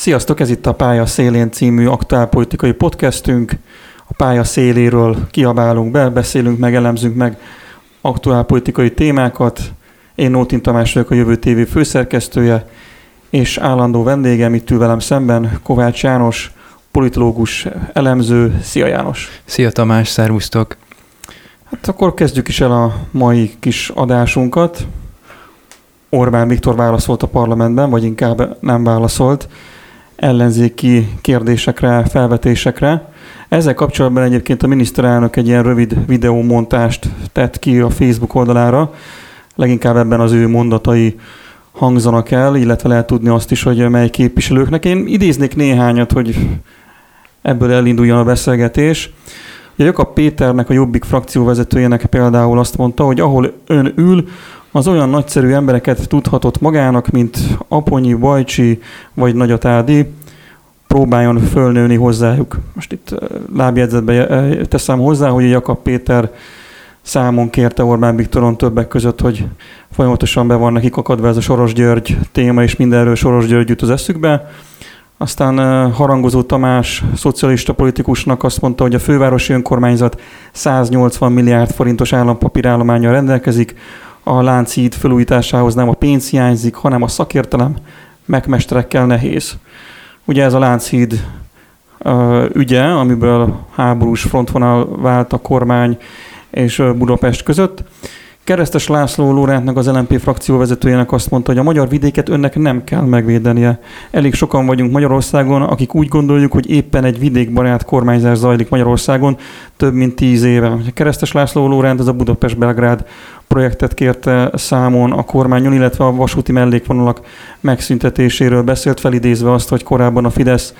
Sziasztok, ez itt a Pálya szélén című aktuálpolitikai podcastünk. A pálya széléről kiabálunk be, beszélünk meg, elemzünk meg aktuálpolitikai témákat. Én Nótin Tamás vagyok, a Jövő TV főszerkesztője, és állandó vendégem itt ül velem szemben Kovács János, politológus, elemző. Szia János! Szia Tamás, szervusztok! Hát akkor kezdjük is el a mai kis adásunkat. Orbán Viktor válaszolt a parlamentben, vagy inkább nem válaszolt ellenzéki kérdésekre, felvetésekre. Ezzel kapcsolatban egyébként a miniszterelnök egy ilyen rövid videómontást tett ki a Facebook oldalára. Leginkább ebben az ő mondatai hangzanak el, illetve lehet tudni azt is, hogy mely képviselőknek. Én idéznék néhányat, hogy ebből elinduljon a beszélgetés. Ugye Jakab Péternek, a Jobbik frakcióvezetőjének például azt mondta, hogy ahol ön ül, az olyan nagyszerű embereket tudhatott magának, mint Aponyi, Bajcsi vagy Nagyatádi, próbáljon fölnőni hozzájuk. Most itt lábjegyzetbe teszem hozzá, hogy Jakab Péter számon kérte Orbán Viktoron többek között, hogy folyamatosan be van nekik akadva ez a Soros György téma, és mindenről Soros György jut az eszükbe. Aztán Harangozó Tamás, szocialista politikusnak azt mondta, hogy a fővárosi önkormányzat 180 milliárd forintos állampapírállománnyal rendelkezik, a Lánchíd felújításához nem a pénz hiányzik, hanem a szakértelem, megmesterekkel nehéz. Ugye ez a Lánchíd ügye, amiből háborús frontvonal vált a kormány és Budapest között. Keresztes László Lórántnak, az LMP frakcióvezetőjének azt mondta, hogy a magyar vidéket önnek nem kell megvédenie. Elég sokan vagyunk Magyarországon, akik úgy gondoljuk, hogy éppen egy vidékbarát kormányzás zajlik Magyarországon több mint 10 éve. Keresztes László Lóránt az a Budapest-Belgrád projektet kérte számon a kormányon, illetve a vasúti mellékvonalak megszüntetéséről beszélt, felidézve azt, hogy korábban a Fidesz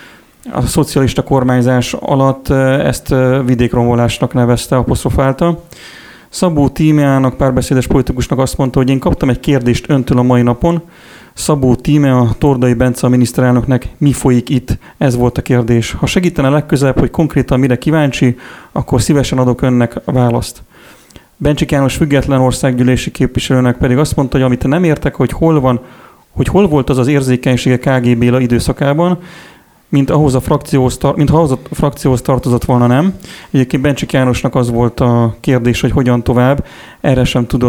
a szocialista kormányzás alatt ezt vidékrombolásnak nevezte, apostrofálta. Szabó Tímeának, párbeszédes politikusnak azt mondta, hogy én kaptam egy kérdést öntől a mai napon. Szabó Tímea, Tordai Bence a miniszterelnöknek, mi folyik itt? Ez volt a kérdés. Ha segítene legközelebb, hogy konkrétan mire kíváncsi, akkor szívesen adok önnek a választ. Bencsik János független országgyűlési képviselőnek pedig azt mondta, hogy amit nem értek, hogy hol volt az az érzékenysége KG Béla időszakában, mintha ahhoz a frakcióhoz tartozott volna, nem. Egyébként Bencsik Jánosnak az volt a kérdés, hogy hogyan tovább. Erre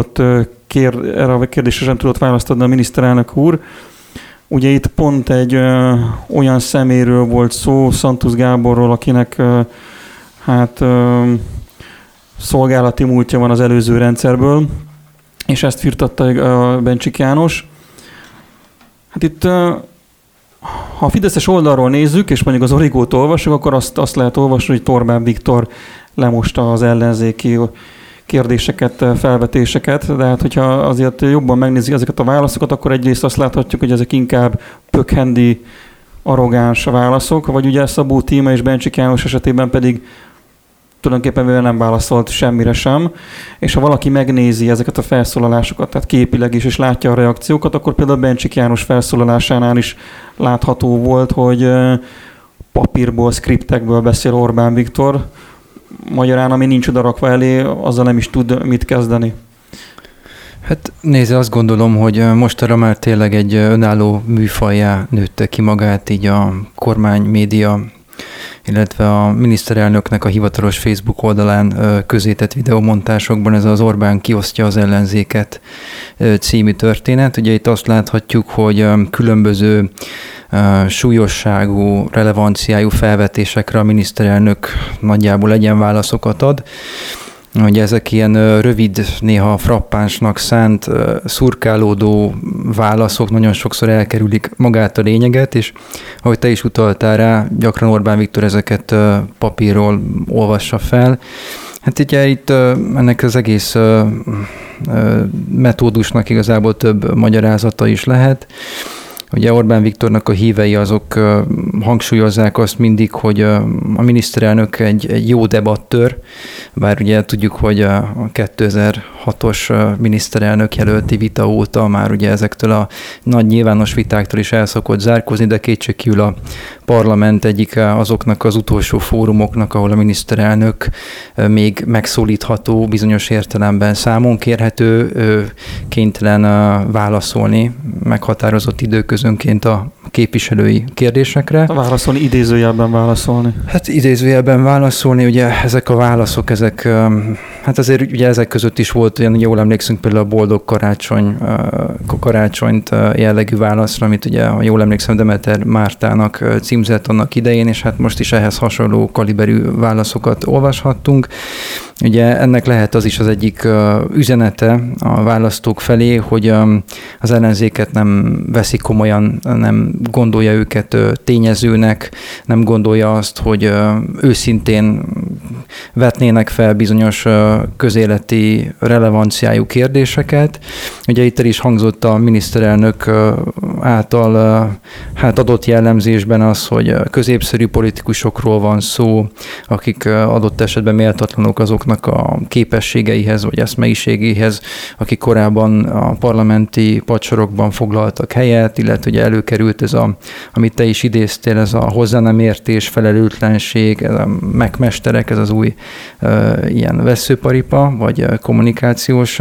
a kérdésre sem tudott választ adni a miniszterelnök úr. Ugye itt pont egy olyan szeméről volt szó, Szantusz Gáborról, akinek szolgálati múltja van az előző rendszerből, és ezt firtatta a Bencsik János. Hát itt ha a fideszes oldalról nézzük, és mondjuk az Origót olvasjuk, akkor azt lehet olvasni, hogy Orbán Viktor lemosta az ellenzéki kérdéseket, felvetéseket, de hát hogyha azért jobban megnézzük ezeket a válaszokat, akkor egyrészt azt láthatjuk, hogy ezek inkább pökhendi, arrogáns válaszok, vagy ugye Szabó Tímea és Bencsik János esetében pedig tulajdonképpen nem válaszolt semmire sem, és ha valaki megnézi ezeket a felszólalásokat, tehát képileg is, és látja a reakciókat, akkor például Bencsik János felszólalásánál is látható volt, hogy papírból, skriptekből beszél Orbán Viktor, magyarán, ami nincs odarakva elé, azzal nem is tud mit kezdeni. Hát nézd, azt gondolom, hogy mostanra már tényleg egy önálló műfajjá nőtte ki magát így a kormány média, illetve a miniszterelnöknek a hivatalos Facebook oldalán közzétett videómontásokban ez az Orbán kiosztja az ellenzéket című történet. Ugye itt azt láthatjuk, hogy különböző súlyosságú, relevanciájú felvetésekre a miniszterelnök nagyjából egyenválaszokat ad. Hogy ezek ilyen rövid, néha frappánsnak szánt, szurkálódó válaszok nagyon sokszor elkerülik magát a lényeget, és ahogy te is utaltál rá, gyakran Orbán Viktor ezeket papírról olvassa fel. Hát ugye itt ennek az egész metódusnak igazából több magyarázata is lehet. Ugye Orbán Viktornak a hívei azok hangsúlyozzák azt mindig, hogy a miniszterelnök egy jó debattőr, bár ugye tudjuk, hogy a 2006-os miniszterelnök jelölti vita óta már ugye ezektől a nagy nyilvános vitáktól is el szokott zárkózni, de kétségkívül a parlament egyik azoknak az utolsó fórumoknak, ahol a miniszterelnök még megszólítható, bizonyos értelemben számon kérhető, kénytelen válaszolni meghatározott időközönként a képviselői kérdésekre. Válaszolni, idézőjelben válaszolni. Hát idézőjelben válaszolni, ugye ezek a válaszok, hát azért ugye ezek között is volt olyan, jól emlékszünk például a boldog karácsonyt jellegű válaszra, amit ugye, ha jól emlékszem, Demeter Mártának címzett annak idején, és hát most is ehhez hasonló kaliberű válaszokat olvashattunk. Ugye ennek lehet az is az egyik üzenete a választók felé, hogy az ellenzéket nem veszik komolyan, nem gondolja őket tényezőnek, nem gondolja azt, hogy őszintén vetnének fel bizonyos közéleti relevanciájú kérdéseket. Ugye itt el is hangzott a miniszterelnök által hát adott jellemzésben az, hogy középszerű politikusokról van szó, akik adott esetben méltatlanok azoknak a képességeihez, vagy eszmeiségéhez, akik korábban a parlamenti padsorokban foglaltak helyet, illetve ugye előkerült ez amit te is idéztél, ez a hozzá nem értés, felelőtlenség, ez a megmesterek, ez az új ilyen vesszőparipa, vagy kommunikációs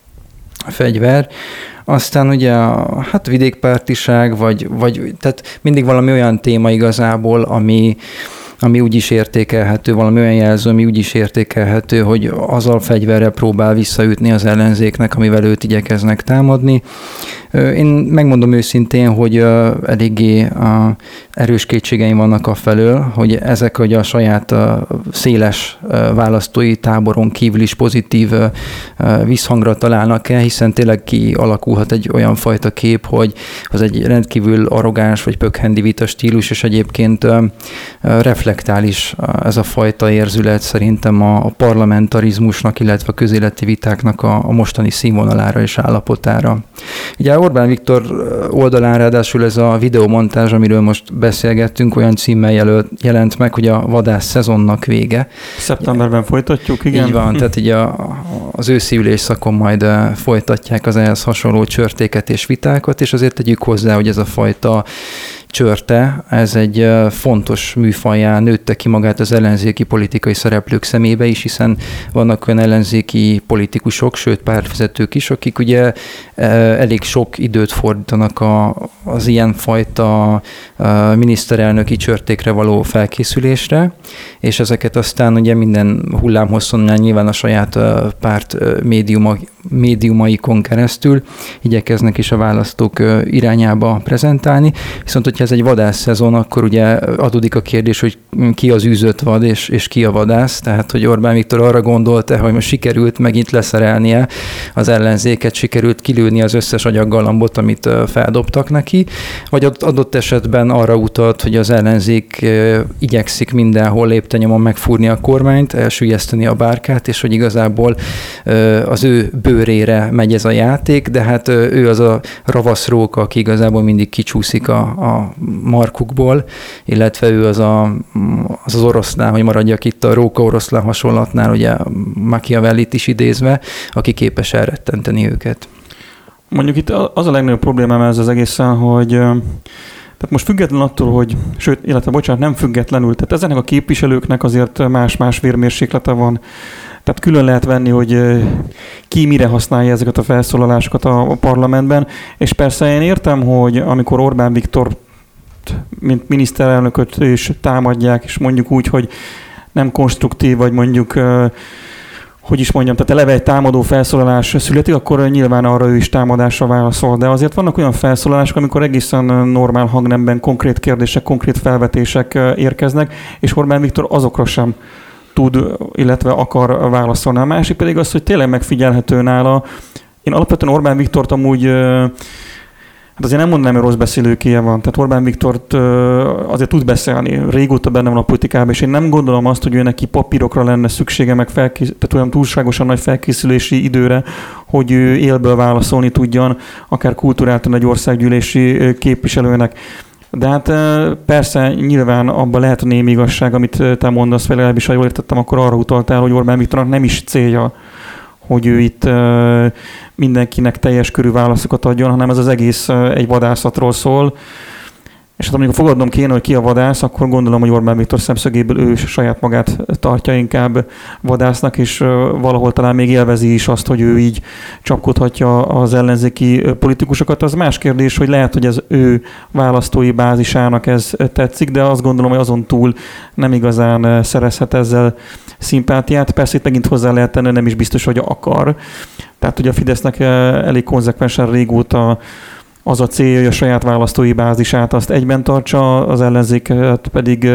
fegyver. Aztán ugye hát vidékpártiság, vagy tehát mindig valami olyan téma igazából, ami úgy is értékelhető, valami olyan jelző, ami úgy is értékelhető, hogy azzal fegyverrel próbál visszaütni az ellenzéknek, amivel őt igyekeznek támadni. Én megmondom őszintén, hogy eléggé erős kétségeim vannak afelől, hogy ezek hogy a saját széles választói táboron kívül is pozitív visszhangra találnak el, hiszen tényleg kialakulhat egy olyan fajta kép, hogy az egy rendkívül arrogáns vagy pökhendi vita stílus, és egyébként reflektál is ez a fajta érzület szerintem a parlamentarizmusnak, illetve a közéleti vitáknak a mostani színvonalára és állapotára. Ugye Orbán Viktor oldalán ráadásul ez a videomontázs, amiről most beszélgettünk, olyan címmel jelent meg, hogy a vadász szezonnak vége. Szeptemberben folytatjuk, igen. Így van, tehát így az őszi ülésszakon majd folytatják az ehhez hasonló csörtéket és vitákat, és azért tegyük hozzá, hogy ez a fajta csörte, ez egy fontos műfaján nőtte ki magát az ellenzéki politikai szereplők szemébe is, hiszen vannak olyan ellenzéki politikusok, sőt pártvezetők is, akik ugye elég sok időt fordítanak az ilyenfajta miniszterelnöki csörtékre való felkészülésre, és ezeket aztán ugye minden hullámhosszon nyilván a saját párt médiumaikon keresztül igyekeznek is a választók irányába prezentálni. Viszont, hogyha ez egy vadászszezon, akkor ugye adódik a kérdés, hogy ki az űzött vad, és ki a vadász. Tehát, hogy Orbán Viktor arra gondolta, hogy most sikerült megint leszerelnie az ellenzéket, sikerült kilőni az összes agyaggalambot, amit feldobtak neki, vagy adott esetben arra utalt, hogy az ellenzék igyekszik mindenhol léptennyomon megfúrni a kormányt, elsüllyeszteni a bárkát, és hogy igazából az ő bőrére megy ez a játék, de hát ő az a ravaszróka, aki igazából mindig kicsúszik a markukból, illetve ő az oroszlán, hogy maradjak itt a róka oroszlán hasonlatnál, ugye Machiavellit is idézve, aki képes elrettenteni őket. Mondjuk itt az a legnagyobb problémám ez az egészen, hogy tehát most független attól, hogy, sőt, illetve nem függetlenül, tehát ezeknek a képviselőknek azért más-más vérmérséklete van. Tehát külön lehet venni, hogy ki mire használja ezeket a felszólalásokat a parlamentben, és persze én értem, hogy amikor Orbán Viktor mint miniszterelnököt is támadják, és mondjuk úgy, hogy nem konstruktív, vagy mondjuk, hogy is mondjam, tehát eleve egy támadó felszólalás születik, akkor nyilván arra ő is támadásra válaszol. De azért vannak olyan felszólalások, amikor egészen normál hangnemben konkrét kérdések, konkrét felvetések érkeznek, és Orbán Viktor azokra sem tud, illetve akar válaszolni. A másik pedig az, hogy tényleg megfigyelhető nála. Én alapvetően Orbán Viktort amúgy, hát azért nem mondanám, hogy rossz beszélőkéje van. Tehát Orbán Viktort azért tud beszélni, régóta benne van a politikában, és én nem gondolom azt, hogy ő neki papírokra lenne szüksége, meg tehát olyan túlságosan nagy felkészülési időre, hogy ő élből válaszolni tudjon, akár kulturáltan egy országgyűlési képviselőnek. De hát persze nyilván abban lehet a némi igazság, amit te mondasz, vagy legalábbis, ha jól értettem, akkor arra utaltál, hogy Orbán Viktornak nem is célja, hogy ő itt mindenkinek teljes körű válaszokat adjon, hanem ez az egész egy vadászatról szól. És hát amikor fogadnom kéne, hogy ki a vadász, akkor gondolom, hogy Orbán Viktor szemszögéből ő saját magát tartja inkább vadásznak, és valahol talán még élvezi is azt, hogy ő így csapkodhatja az ellenzéki politikusokat. Az más kérdés, hogy lehet, hogy az ő választói bázisának ez tetszik, de azt gondolom, hogy azon túl nem igazán szerezhet ezzel szimpátiát. Persze itt megint hozzá lehet tenni, nem is biztos, hogy akar. Tehát ugye a Fidesznek elég konzekvensen régóta az a célja, hogy a saját választói bázisát azt egyben tartsa, az ellenzéket pedig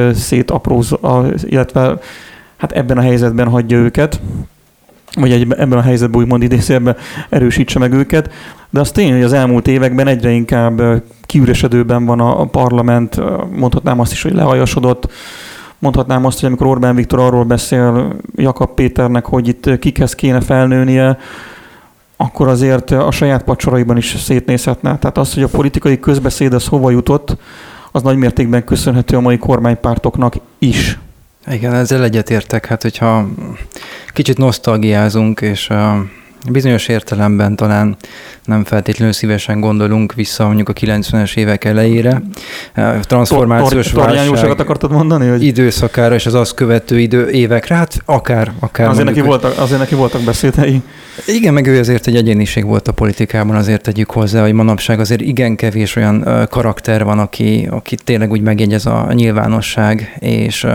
illetve hát ebben a helyzetben hagyja őket, vagy ebben a helyzetben úgymond idézőjelben erősítse meg őket. De az tény, hogy az elmúlt években egyre inkább kiüresedőben van a parlament, mondhatnám azt is, hogy lehajasodott, mondhatnám azt, hogy amikor Orbán Viktor arról beszél Jakab Péternek, hogy itt kikhez kéne felnőnie, akkor azért a saját pacsoraiban is szétnézhetne. Tehát az, hogy a politikai közbeszéd az hova jutott, az nagymértékben köszönhető a mai kormánypártoknak is. Igen, ezzel egyetértek. Hát, hogyha kicsit nosztalgiázunk, és bizonyos értelemben talán nem feltétlenül szívesen gondolunk vissza mondjuk a 90-es évek elejére. Transformációs válság akartad mondani, hogy időszakára és az azt követő évekre, hát akár azért neki voltak beszédei. Igen, meg ő azért egy egyéniség volt a politikában, azért tegyük hozzá, hogy manapság azért igen kevés olyan karakter van, aki tényleg úgy megjegyez a nyilvánosság, és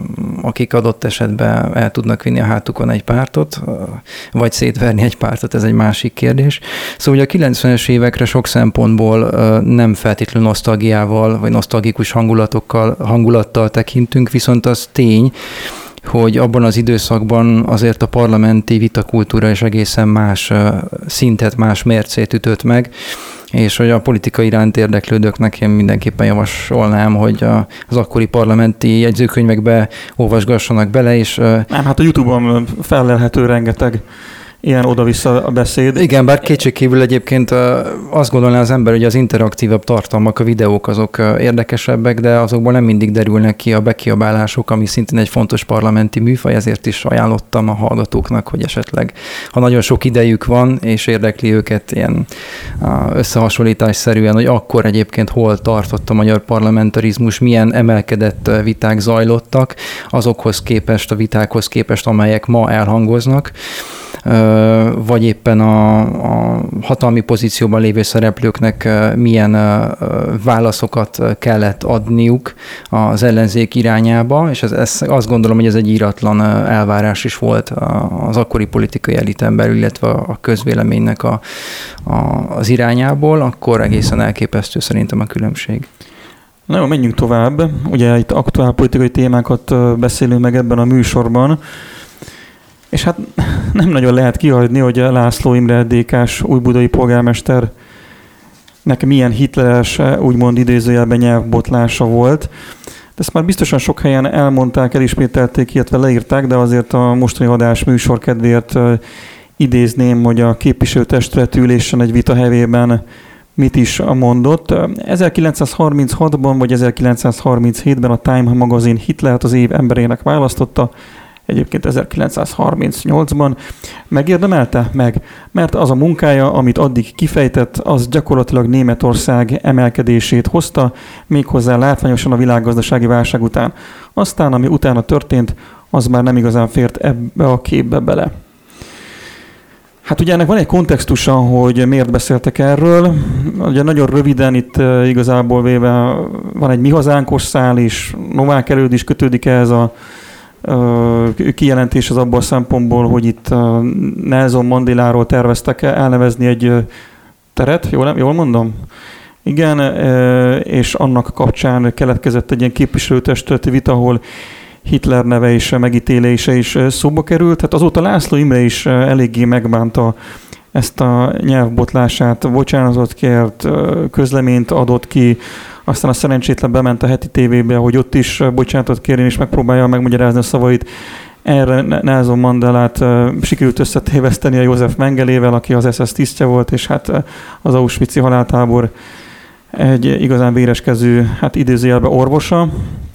akik adott esetben el tudnak vinni a hátukon egy pártot, vagy szétverni egy pártot, ez egy másik kérdés. Szóval ugye a 90-es évekre sok szempontból nem feltétlenül nosztalgiával, vagy nosztalgikus hangulattal tekintünk, viszont az tény, hogy abban az időszakban azért a parlamenti vitakultúra is egészen más szintet, más mércét ütött meg, és hogy a politika iránt érdeklődőknek én mindenképpen javasolnám, hogy az akkori parlamenti jegyzőkönyvekbe olvasgassanak bele, és... Nem, hát a YouTube-on fellelhető rengeteg ilyen oda-vissza a beszéd. Igen, bár kétségkívül egyébként azt gondolná az ember, hogy az interaktívabb tartalmak, a videók azok érdekesebbek, de azokból nem mindig derülnek ki a bekiabálások, ami szintén egy fontos parlamenti műfaj, ezért is ajánlottam a hallgatóknak, hogy esetleg, ha nagyon sok idejük van, és érdekli őket ilyen összehasonlításszerűen, hogy akkor egyébként hol tartott a magyar parlamentarizmus, milyen emelkedett viták zajlottak, azokhoz képest, a vitákhoz képest, amelyek ma elhangoznak, vagy éppen a hatalmi pozícióban lévő szereplőknek milyen válaszokat kellett adniuk az ellenzék irányába, és ez azt gondolom, hogy ez egy íratlan elvárás is volt az akkori politikai eliten belül, illetve a közvéleménynek az irányából, akkor egészen elképesztő szerintem a különbség. Na jó, menjünk tovább. Ugye itt aktuál politikai témákat beszélünk meg ebben a műsorban, és hát nem nagyon lehet kihagyni, hogy László Imre DK-s újbudai polgármesternek milyen hitleres, úgymond idézőjelben nyelvbotlása volt. De ezt már biztosan sok helyen elmondták, elismételték, illetve leírták, de azért a mostani adás műsor kedvéért idézném, hogy a képviselőtestület ülésen egy vita hevében mit is mondott. 1936-ban vagy 1937-ben a Time magazin Hitlert az év emberének választotta, egyébként 1938-ban. Megérdemelte meg? Mert az a munkája, amit addig kifejtett, az gyakorlatilag Németország emelkedését hozta, méghozzá látványosan a világgazdasági válság után. Aztán, ami utána történt, az már nem igazán fért ebbe a képbe bele. Hát ugye ennek van egy kontextusa, hogy miért beszéltek erről. Ugye nagyon röviden itt igazából véve van egy Mi Hazánkos szál is, Novák Erőd is kötődik ehhez a kijelentés az abból a szempontból, hogy itt Nelson Mandeláról terveztek elnevezni egy teret, jól mondom? Igen, és annak kapcsán keletkezett egy ilyen képviselőtestületi vita, ahol Hitler neve és megítélése is szóba került. Tehát azóta László Imre is eléggé megbánta ezt a nyelvbotlását, bocsánatot kért, közleményt adott ki, aztán a szerencsétlen bement a Heti tévébe, hogy ott is bocsánatot kérjen, és megpróbálja megmagyarázni a szavait. Erre Nelson Mandelát sikerült összetéveszteni a József Mengelével, aki az SS tisztje volt, és hát az auschwitzi haláltábor egy igazán véreskező, hát idézőjelben orvosa.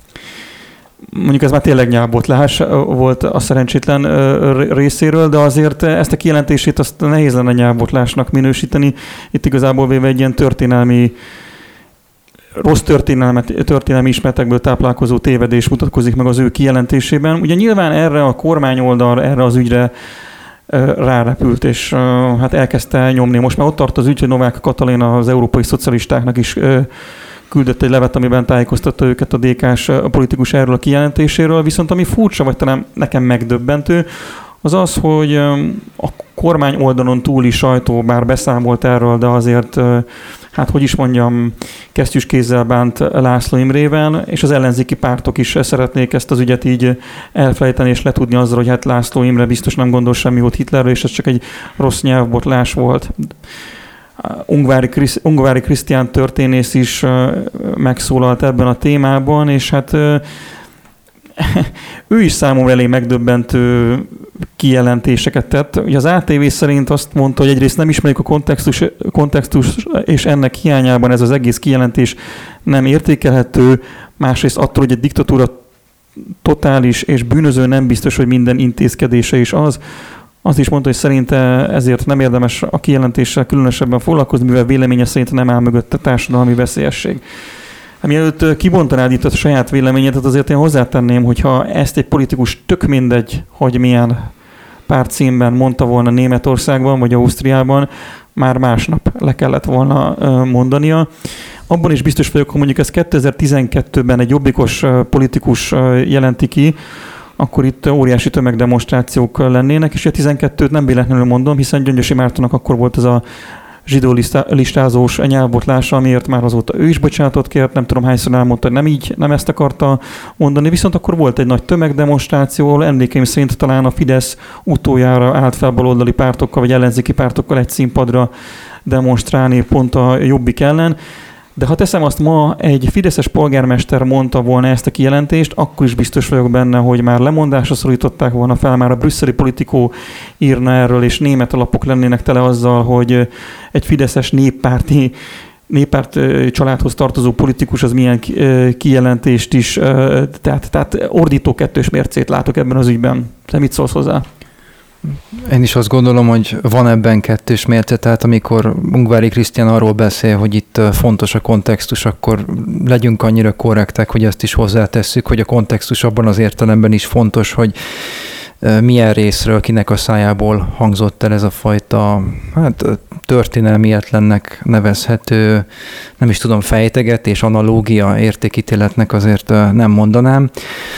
Mondjuk ez már tényleg nyelvbotlás volt a szerencsétlen részéről, de azért ezt a kijelentését azt nehéz lenne nyelvbotlásnak minősíteni. Itt igazából véve egy ilyen történelmi rossz történelmi ismeretekből táplálkozó tévedés mutatkozik meg az ő kijelentésében. Ugye nyilván erre a kormányoldal, erre az ügyre rárepült, és hát elkezdte nyomni. Most már ott tart az ügy, hogy Novák Katalin az európai szocialistáknak is küldött egy levet, amiben tájékoztatta őket a DK-s politikus erről a kijelentéséről. Viszont ami furcsa, vagy talán nekem megdöbbentő, az az, hogy a kormány oldalon túli sajtó bár beszámolt erről, de azért, hát hogy is mondjam, kesztyűs kézzel bánt László Imrével, és az ellenzéki pártok is szeretnék ezt az ügyet így elfelejteni és letudni azzal, hogy hát László Imre biztos nem gondol semmi jót Hitlerről, és ez csak egy rossz nyelvbotlás volt. Ungvári Krisztián történész is megszólalt ebben a témában, és hát ő is számomra elég megdöbbentő kijelentéseket tett. Ugye az ATV szerint azt mondta, hogy egyrészt nem ismerik a kontextus, és ennek hiányában ez az egész kijelentés nem értékelhető, másrészt attól, hogy egy diktatúra totális és bűnöző, nem biztos, hogy minden intézkedése is az. Azt is mondta, hogy szerinte ezért nem érdemes a kijelentéssel különösebben foglalkozni, mivel véleménye szerint nem áll mögött a társadalmi veszélyesség. Mielőtt kibontanád itt a saját véleményedet, azért én hozzátenném, hogyha ezt egy politikus tök mindegy, hogy milyen pártcímben mondta volna Németországban vagy Ausztriában, már másnap le kellett volna mondania. Abban is biztos vagyok, hogy mondjuk ez 2012-ben egy jobbikos politikus jelenti ki, akkor itt óriási tömegdemonstrációk lennének, és a 12-t nem véletlenül mondom, hiszen Gyöngyösi Mártonnak akkor volt ez a zsidó listázós nyelvbotlása, amiért már azóta ő is bocsánatot kért, nem tudom hányszor elmondta, hogy nem ezt akarta mondani, viszont akkor volt egy nagy tömegdemonstráció, ahol emlékeim szerint talán a Fidesz utoljára állt fel baloldali pártokkal, vagy ellenzéki pártokkal egy színpadra demonstrálni pont a Jobbik ellen. De ha teszem azt, ma egy fideszes polgármester mondta volna ezt a kijelentést, akkor is biztos vagyok benne, hogy már lemondásra szorították volna fel, már a brüsszeli Politikó írna erről, és német lapok lennének tele azzal, hogy egy fideszes néppárt családhoz tartozó politikus az milyen kijelentést is, tehát ordító kettős mércét látok ebben az ügyben. Te mit szólsz hozzá? Én is azt gondolom, hogy van ebben kettős mérce, tehát amikor Ungvári Krisztián arról beszél, hogy itt fontos a kontextus, akkor legyünk annyira korrektek, hogy ezt is hozzátesszük, hogy a kontextus abban az értelemben is fontos, hogy milyen részről, kinek a szájából hangzott el ez a fajta, hát történelmietlennek nevezhető, nem is tudom, fejtegetés, analógia, értékítéletnek azért nem mondanám.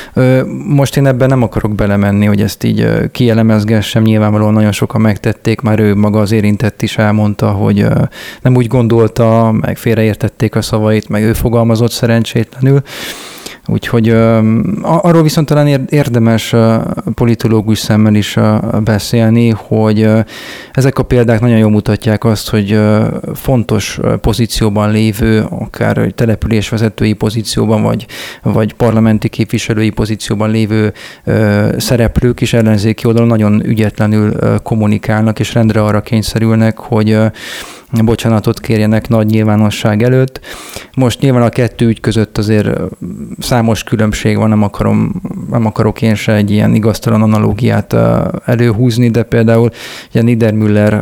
Most én ebben nem akarok belemenni, hogy ezt így kielemezgessem, nyilvánvalóan nagyon sokan megtették, már ő maga az érintett is elmondta, hogy nem úgy gondolta, meg félreértették a szavait, meg ő fogalmazott szerencsétlenül. Úgyhogy arról viszont talán érdemes politológus szemmel is beszélni, hogy ezek a példák nagyon jól mutatják azt, hogy fontos pozícióban lévő, akár településvezetői pozícióban, vagy parlamenti képviselői pozícióban lévő szereplők is ellenzéki oldalon nagyon ügyetlenül kommunikálnak, és rendre arra kényszerülnek, hogy bocsánatot kérjenek nagy nyilvánosság előtt. Most nyilván a kettő ügy között azért számos különbség van, nem akarok én se egy ilyen igaztalan analógiát előhúzni, de például ugye Niedermüller,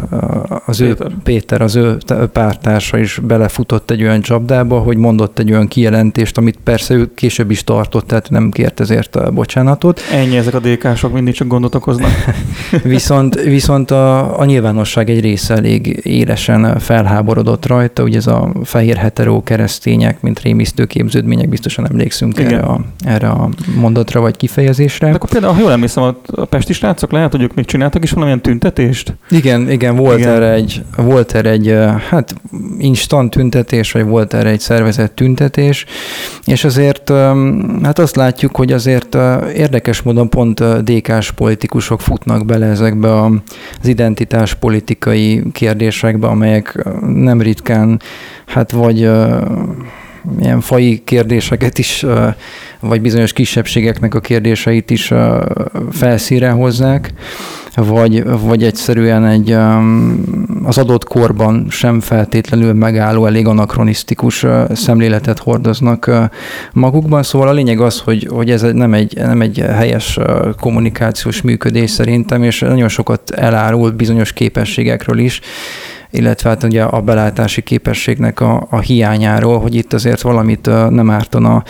Péter, az ő pártársa is belefutott egy olyan csapdába, hogy mondott egy olyan kijelentést, amit persze ő később is tartott, tehát nem kért ezért bocsánatot. Ennyi, ezek a DK-sok mindig csak gondot okoznak. viszont a nyilvánosság egy része elég éles felháborodott rajta, ugye ez a fehér heteró keresztények, mint rémisztő képződmények, biztosan emlékszünk erre a mondatra vagy kifejezésre. De akkor például, ha jól emlékszem, a pesti srácok lehet, hogy ők még csináltak is valamilyen tüntetést? Igen, volt erre egy hát instant tüntetés, vagy volt erre egy szervezett tüntetés, és azért hát azt látjuk, hogy azért érdekes módon pont DK-s politikusok futnak bele ezekbe az identitáspolitikai kérdésekbe, amelyek nem ritkán, hát vagy ilyen faji kérdéseket is, vagy bizonyos kisebbségeknek a kérdéseit is felszínre hozzák, vagy egyszerűen az adott korban sem feltétlenül megálló, elég anakronisztikus szemléletet hordoznak magukban. Szóval a lényeg az, hogy ez nem egy helyes kommunikációs működés szerintem, és nagyon sokat elárul bizonyos képességekről is, illetve hát ugye a belátási képességnek a hiányáról, hogy itt azért valamit nem ártana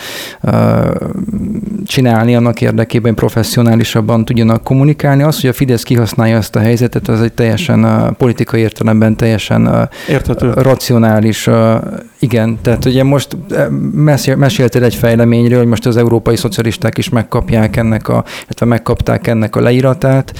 csinálni annak érdekében, professzionálisabban tudjanak kommunikálni. Az, hogy a Fidesz kihasználja ezt a helyzetet, az egy teljesen politikai értelemben teljesen racionális. Igen, tehát ugye most meséltél egy fejleményről, hogy most az európai szocialisták is megkapják illetve megkapták ennek a leíratát,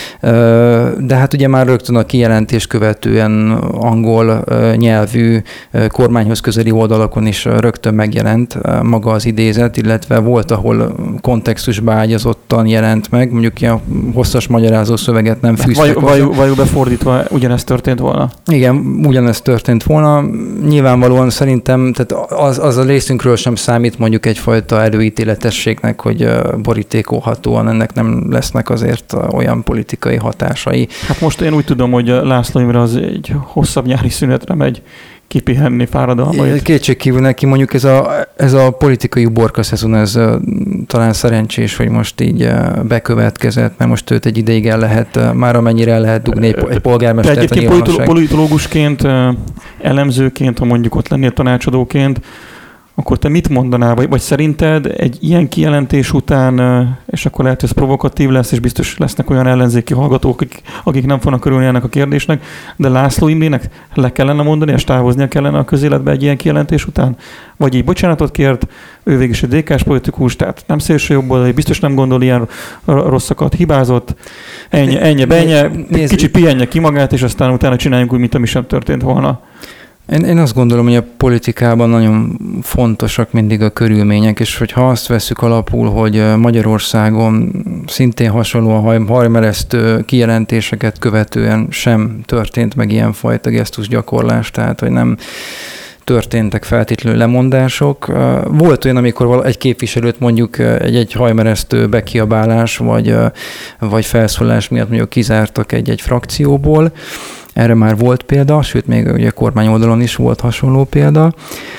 de hát ugye már rögtön a kijelentés követően angol nyelvű kormányhoz közeli oldalakon is rögtön megjelent maga az idézet, illetve volt, ahol kontextusba ágyazottan jelent meg, mondjuk ilyen hosszas magyarázó szöveget nem fűztek. Vajon befordítva ugyanezt történt volna? Igen, ugyanezt történt volna. Nyilvánvalóan szerintem tehát az a részünkről sem számít mondjuk egyfajta előítéletességnek, hogy borítékolhatóan ennek nem lesznek azért olyan politikai hatásai. Hát most én úgy tudom, hogy László Imre az egy hosszabb nyári szünetre megy kipihenni fáradalmait. Kétségkívül neki mondjuk ez a politikai uborka szezon, ez talán szerencsés, hogy most így bekövetkezett, mert most őt egy ideig el lehet, már amennyire el lehet dugni egy polgármestert. De egyébként politológusként, elemzőként, ha mondjuk ott lennél tanácsadóként, akkor te mit mondanál, vagy szerinted egy ilyen kijelentés után, és akkor lehet, hogy ez provokatív lesz, és biztos lesznek olyan ellenzéki hallgatók, akik nem fognak örülni ennek a kérdésnek, de László Imrének le kellene mondani, és távoznia kellene a közéletbe egy ilyen kijelentés után? Vagy így bocsánatot kért, ő végig is egy DK-s politikus, tehát nem szélső jobboldali, biztos nem gondol ilyen rosszakat, hibázott, ennyi, kicsit pihenje ki magát, és aztán utána csináljunk úgy, mint ami sem történt volna. Én azt gondolom, hogy a politikában nagyon fontosak mindig a körülmények, és hogyha azt vesszük alapul, hogy Magyarországon szintén hasonlóan hajmeresztő kijelentéseket követően sem történt meg ilyenfajta gesztusgyakorlás, tehát hogy nem történtek feltétlenül lemondások. Volt olyan, amikor egy képviselőt mondjuk egy hajmeresztő bekiabálás vagy felszólás miatt mondjuk kizártak egy frakcióból. Erre már volt példa, sőt még ugye kormány oldalon is volt hasonló példa,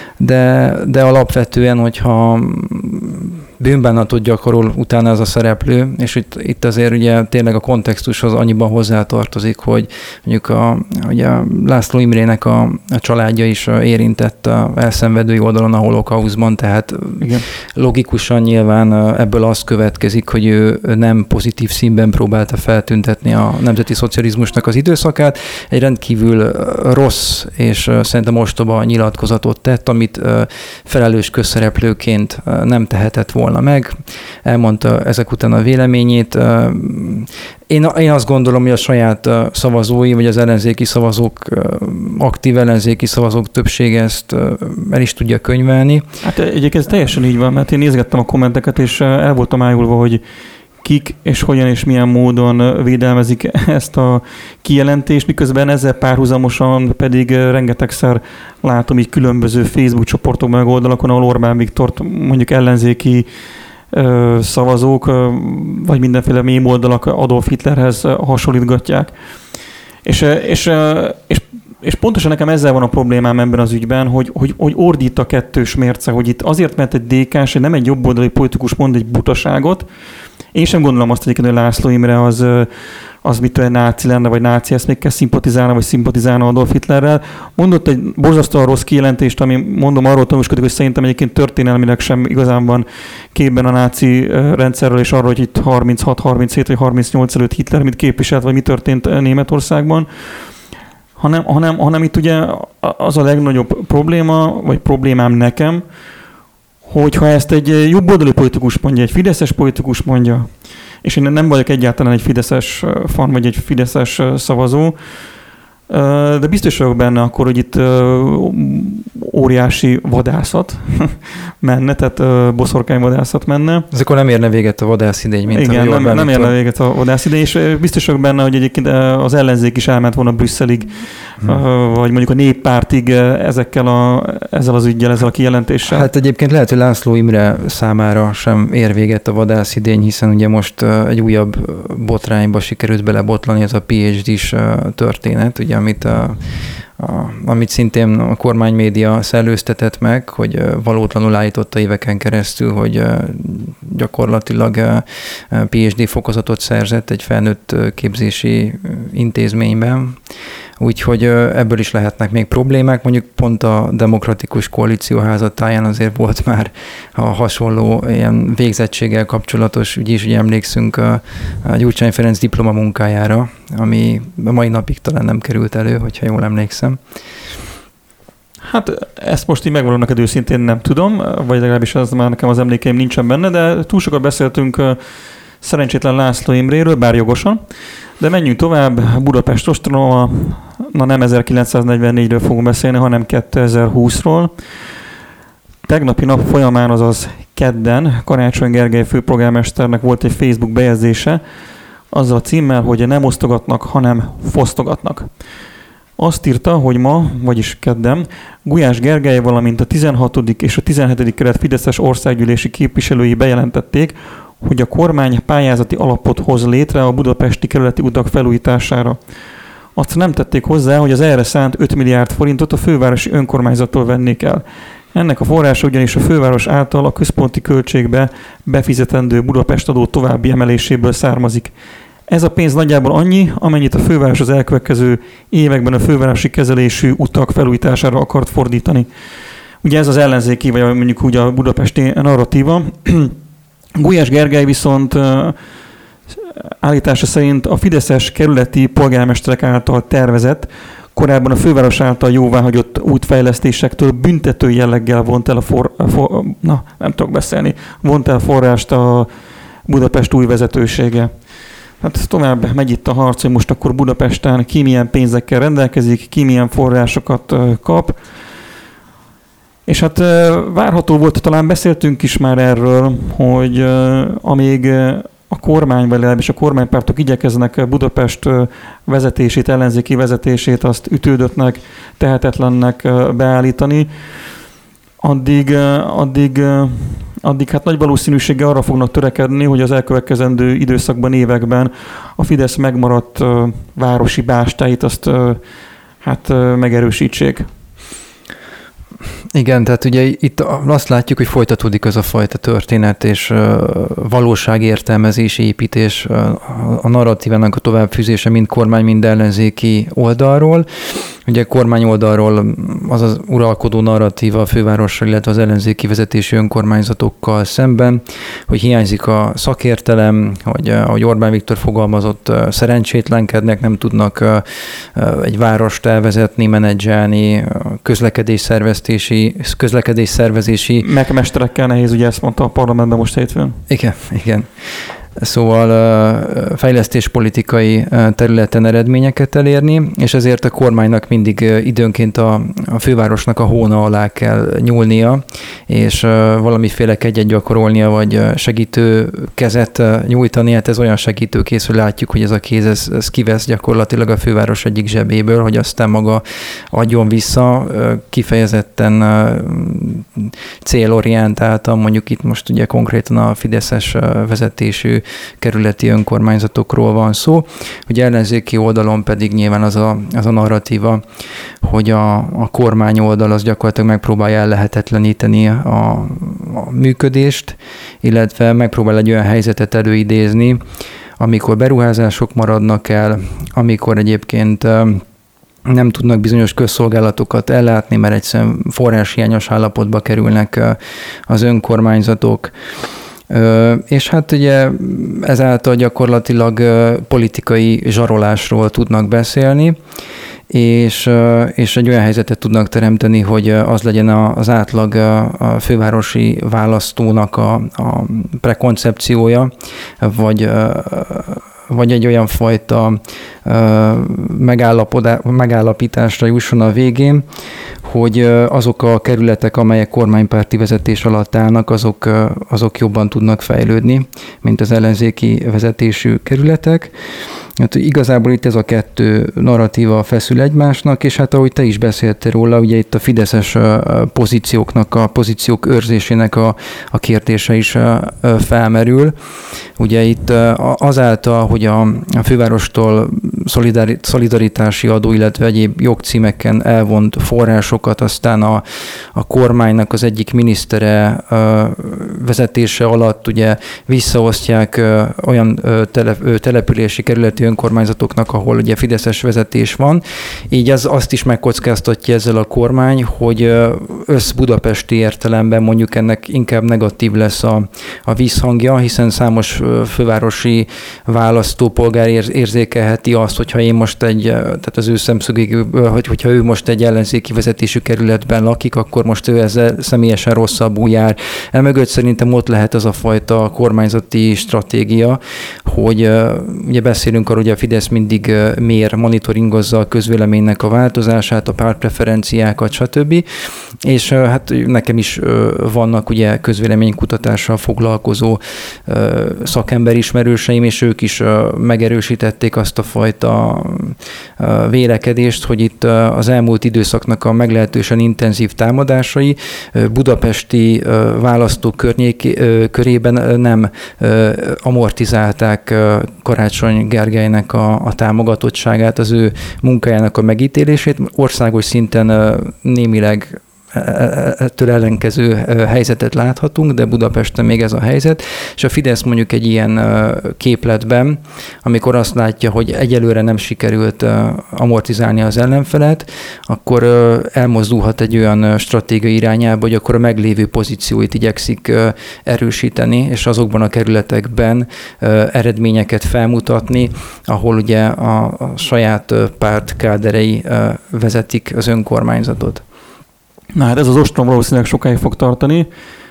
de alapvetően, hogyha bűnbánatot gyakorol utána az a szereplő, és itt azért ugye tényleg a kontextushoz annyiban hozzátartozik, hogy mondjuk ugye László Imrének a családja is érintett a elszenvedői oldalon a holokauszban, tehát igen. Logikusan nyilván ebből az következik, hogy ő nem pozitív színben próbálta feltüntetni a nemzeti szocializmusnak az időszakát. Egy rendkívül rossz és szerintem ostoba nyilatkozatot tett, amit felelős közszereplőként nem tehetett volna meg. Elmondta ezek után a véleményét. Én azt gondolom, hogy a saját szavazói, vagy az ellenzéki szavazók, aktív ellenzéki szavazók többsége ezt el is tudja könyvelni. Hát egyébként ez teljesen így van, mert én nézgettem a kommenteket, és el voltam ájulva, hogy kik és hogyan és milyen módon védelmezik ezt a kijelentést, miközben ezzel párhuzamosan pedig rengetegszer látom így különböző Facebook csoportokban, meg oldalakon, ahol Orbán Viktort mondjuk ellenzéki szavazók, vagy mindenféle mém oldalak Adolf Hitlerhez hasonlítgatják. És pontosan nekem ezzel van a problémám ebben az ügyben, hogy ordít a kettős mérce, hogy itt azért, mert egy DK-s, nem egy jobboldali politikus mond egy butaságot. Én sem gondolom azt egyébként, hogy László Imre az mit olyan náci lenne, vagy náci ezt még kell szimpatizálna, vagy szimpatizálna Adolf Hitlerrel. Mondott egy borzasztóan rossz kijelentést, ami mondom arról tanúskodik, hogy szerintem egyébként történelmileg sem igazán van képben a náci rendszerről, és arról, hogy itt 36, 37 vagy 38 előtt Hitler mit képviselt, vagy mi történt Németországban. Hanem itt ugye az a legnagyobb probléma, vagy problémám nekem, hogyha ezt egy jobboldali politikus mondja, egy fideszes politikus mondja, és én nem vagyok egyáltalán egy fideszes fan, vagy egy fideszes szavazó, de biztos vagyok benne akkor, hogy itt óriási vadászat menne, tehát boszorkányvadászat menne. Ez akkor nem érne véget a vadászidény, mint igen, nem érne véget a vadászidény, és biztos vagyok benne, hogy egyébként az ellenzék is elment volna Brüsszelig, vagy mondjuk a néppártig ezzel az üggyel, ezzel a kijelentéssel. Hát egyébként lehet, hogy László Imre számára sem ér véget a vadászidény, hiszen ugye most egy újabb botrányba sikerült belebotlani, ez a PhD-s történet, ugye, amit szintén a kormánymédia szellőztetett meg, hogy valótlanul állította éveken keresztül, hogy gyakorlatilag PhD fokozatot szerzett egy felnőtt képzési intézményben, úgyhogy ebből is lehetnek még problémák. Mondjuk pont a Demokratikus Koalíció házatáján azért volt már a hasonló ilyen végzettséggel kapcsolatos ügy is, ugye emlékszünk a Gyurcsány Ferenc diplomamunkájára, ami a mai napig talán nem került elő, hogyha jól emlékszem. Hát ezt most így megvalóan neked őszintén nem tudom, vagy legalábbis az már nekem az emlékeim nincsen benne, de túl sokat beszéltünk szerencsétlen László Imréről, bár jogosan. De menjünk tovább, Budapest ostroma, nem 1944-ről fogunk beszélni, hanem 2020-ról. Tegnapi nap folyamán, azaz kedden Karácsony Gergely főpolgármesternek volt egy Facebook bejegyzése, azzal a címmel, hogy nem osztogatnak, hanem fosztogatnak. Azt írta, hogy ma, vagyis kedden, Gulyás Gergely, valamint a 16. és a 17. kerület fideszes országgyűlési képviselői bejelentették, hogy a kormány pályázati alapot hoz létre a budapesti kerületi utak felújítására. Azt nem tették hozzá, hogy az erre szánt 5 milliárd forintot a fővárosi önkormányzattól vennék el. Ennek a forrása ugyanis a főváros által a központi költségbe befizetendő Budapest adó további emeléséből származik. Ez a pénz nagyjából annyi, amennyit a főváros az elkövetkező években a fővárosi kezelésű utak felújítására akart fordítani. Ugye ez az ellenzéki, vagy mondjuk úgy a budapesti narratíva. Gulyás Gergely viszont állítása szerint a fideszes kerületi polgármesterek által tervezett, korábban a főváros által jóváhagyott útfejlesztésektől büntető jelleggel vont el forrást a Budapest új vezetősége. Hát tovább megy itt a harc, hogy most akkor Budapesten ki milyen pénzekkel rendelkezik, ki milyen forrásokat kap. És hát várható volt, talán beszéltünk is már erről, hogy amíg a kormány, vagy legalábbis a kormánypártok igyekeznek Budapest vezetését, ellenzéki vezetését azt ütődöttnek, tehetetlennek beállítani, addig hát nagy valószínűséggel arra fognak törekedni, hogy az elkövetkezendő időszakban, években a Fidesz megmaradt városi bástáit azt megerősítsék. Igen, tehát ugye itt azt látjuk, hogy folytatódik ez a fajta történet és valóságértelmezés, építés, a narratívának a továbbfűzése mind kormány, mind ellenzéki oldalról. Ugye kormány oldalról az az uralkodó narratíva a fővárossal, illetve az ellenzéki vezetési önkormányzatokkal szemben, hogy hiányzik a szakértelem, hogy ahogy Orbán Viktor fogalmazott, szerencsétlenkednek, nem tudnak egy várost elvezetni, menedzselni, közlekedésszervezési. Megmesterekkel nehéz, ugye ezt mondta a parlamentben most hétfőn. Igen. Szóval fejlesztéspolitikai területen eredményeket elérni, és ezért a kormánynak mindig időnként a fővárosnak a hóna alá kell nyúlnia, és valamiféle kegyet gyakorolnia, vagy segítő kezet nyújtani. Hát ez olyan segítőkész, hogy látjuk, hogy ez a kéz ez kivesz gyakorlatilag a főváros egyik zsebéből, hogy aztán maga adjon vissza, kifejezetten célorientáltan, mondjuk itt most ugye konkrétan a fideszes vezetésű kerületi önkormányzatokról van szó, hogy ellenzéki oldalon pedig nyilván az a narratíva, hogy a kormány oldal az gyakorlatilag megpróbálja ellehetetleníteni a működést, illetve megpróbál egy olyan helyzetet előidézni, amikor beruházások maradnak el, amikor egyébként nem tudnak bizonyos közszolgálatokat ellátni, mert egyszerűen forráshiányos állapotba kerülnek az önkormányzatok. És hát ugye ezáltal gyakorlatilag politikai zsarolásról tudnak beszélni, és egy olyan helyzetet tudnak teremteni, hogy az legyen az átlag a fővárosi választónak a prekoncepciója, vagy egy olyan fajta megállapításra jusson a végén, hogy azok a kerületek, amelyek kormánypárti vezetés alatt állnak, azok jobban tudnak fejlődni, mint az ellenzéki vezetésű kerületek. Hát igazából itt ez a kettő narratíva feszül egymásnak, és hát ahogy te is beszéltél róla, ugye itt a fideszes pozícióknak, a pozíciók őrzésének a kérdése is felmerül. Ugye itt azáltal, hogy a fővárostól szolidaritási adó, illetve egyéb jogcímeken elvont forrásokat, aztán a kormánynak az egyik minisztere vezetése alatt ugye visszaosztják olyan települési kerületi önkormányzatoknak, ahol ugye fideszes vezetés van. Így azt is megkockáztatja ezzel a kormány, hogy összbudapesti értelemben mondjuk ennek inkább negatív lesz a visszhangja, hiszen számos fővárosi választópolgár érzékelheti azt, hogyha én most tehát az ő szemszögéből, hogyha ő most egy ellenzéki vezetésű kerületben lakik, akkor most ő ezzel személyesen rosszabbul jár. Emögött szerintem ott lehet az a fajta kormányzati stratégia, hogy ugye beszélünk arról, hogy a Fidesz mindig monitoringozza a közvéleménynek a változását, a pártpreferenciákat, stb. És hát nekem is vannak ugye közvéleménykutatással foglalkozó szakemberismerőseim, és ők is megerősítették azt a fajta vélekedést, hogy itt az elmúlt időszaknak a meglehetősen intenzív támadásai budapesti választók körében nem amortizálták Karácsony Gergelynek a támogatottságát, az ő munkájának a megítélését. Országos szinten némileg ettől ellenkező helyzetet láthatunk, de Budapesten még ez a helyzet, és a Fidesz mondjuk egy ilyen képletben, amikor azt látja, hogy egyelőre nem sikerült amortizálni az ellenfelet, akkor elmozdulhat egy olyan stratégia irányába, hogy akkor a meglévő pozícióit igyekszik erősíteni, és azokban a kerületekben eredményeket felmutatni, ahol ugye a saját párt káderei vezetik az önkormányzatot. Na hát ez az ostrom valószínűleg sokáig fog tartani,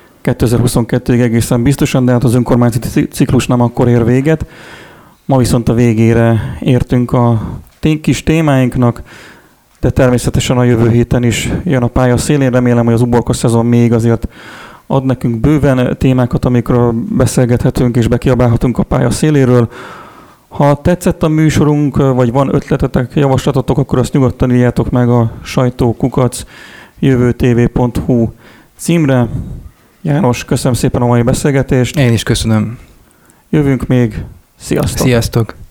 2022-ig egészen biztosan, de hát az önkormányzati ciklus nem akkor ér véget. Ma viszont a végére értünk a kis témáinknak, de természetesen a jövő héten is jön a pálya szélén. Remélem, hogy az uborka szezon még azért ad nekünk bőven témákat, amikről beszélgethetünk és bekiabálhatunk a pálya széléről. Ha tetszett a műsorunk, vagy van ötletetek, javaslatotok, akkor azt nyugodtan írjátok meg a sajtókukac.jövőtv.hu címre. János, köszönöm szépen a mai beszélgetést. Én is köszönöm. Jövünk még. Sziasztok! Sziasztok!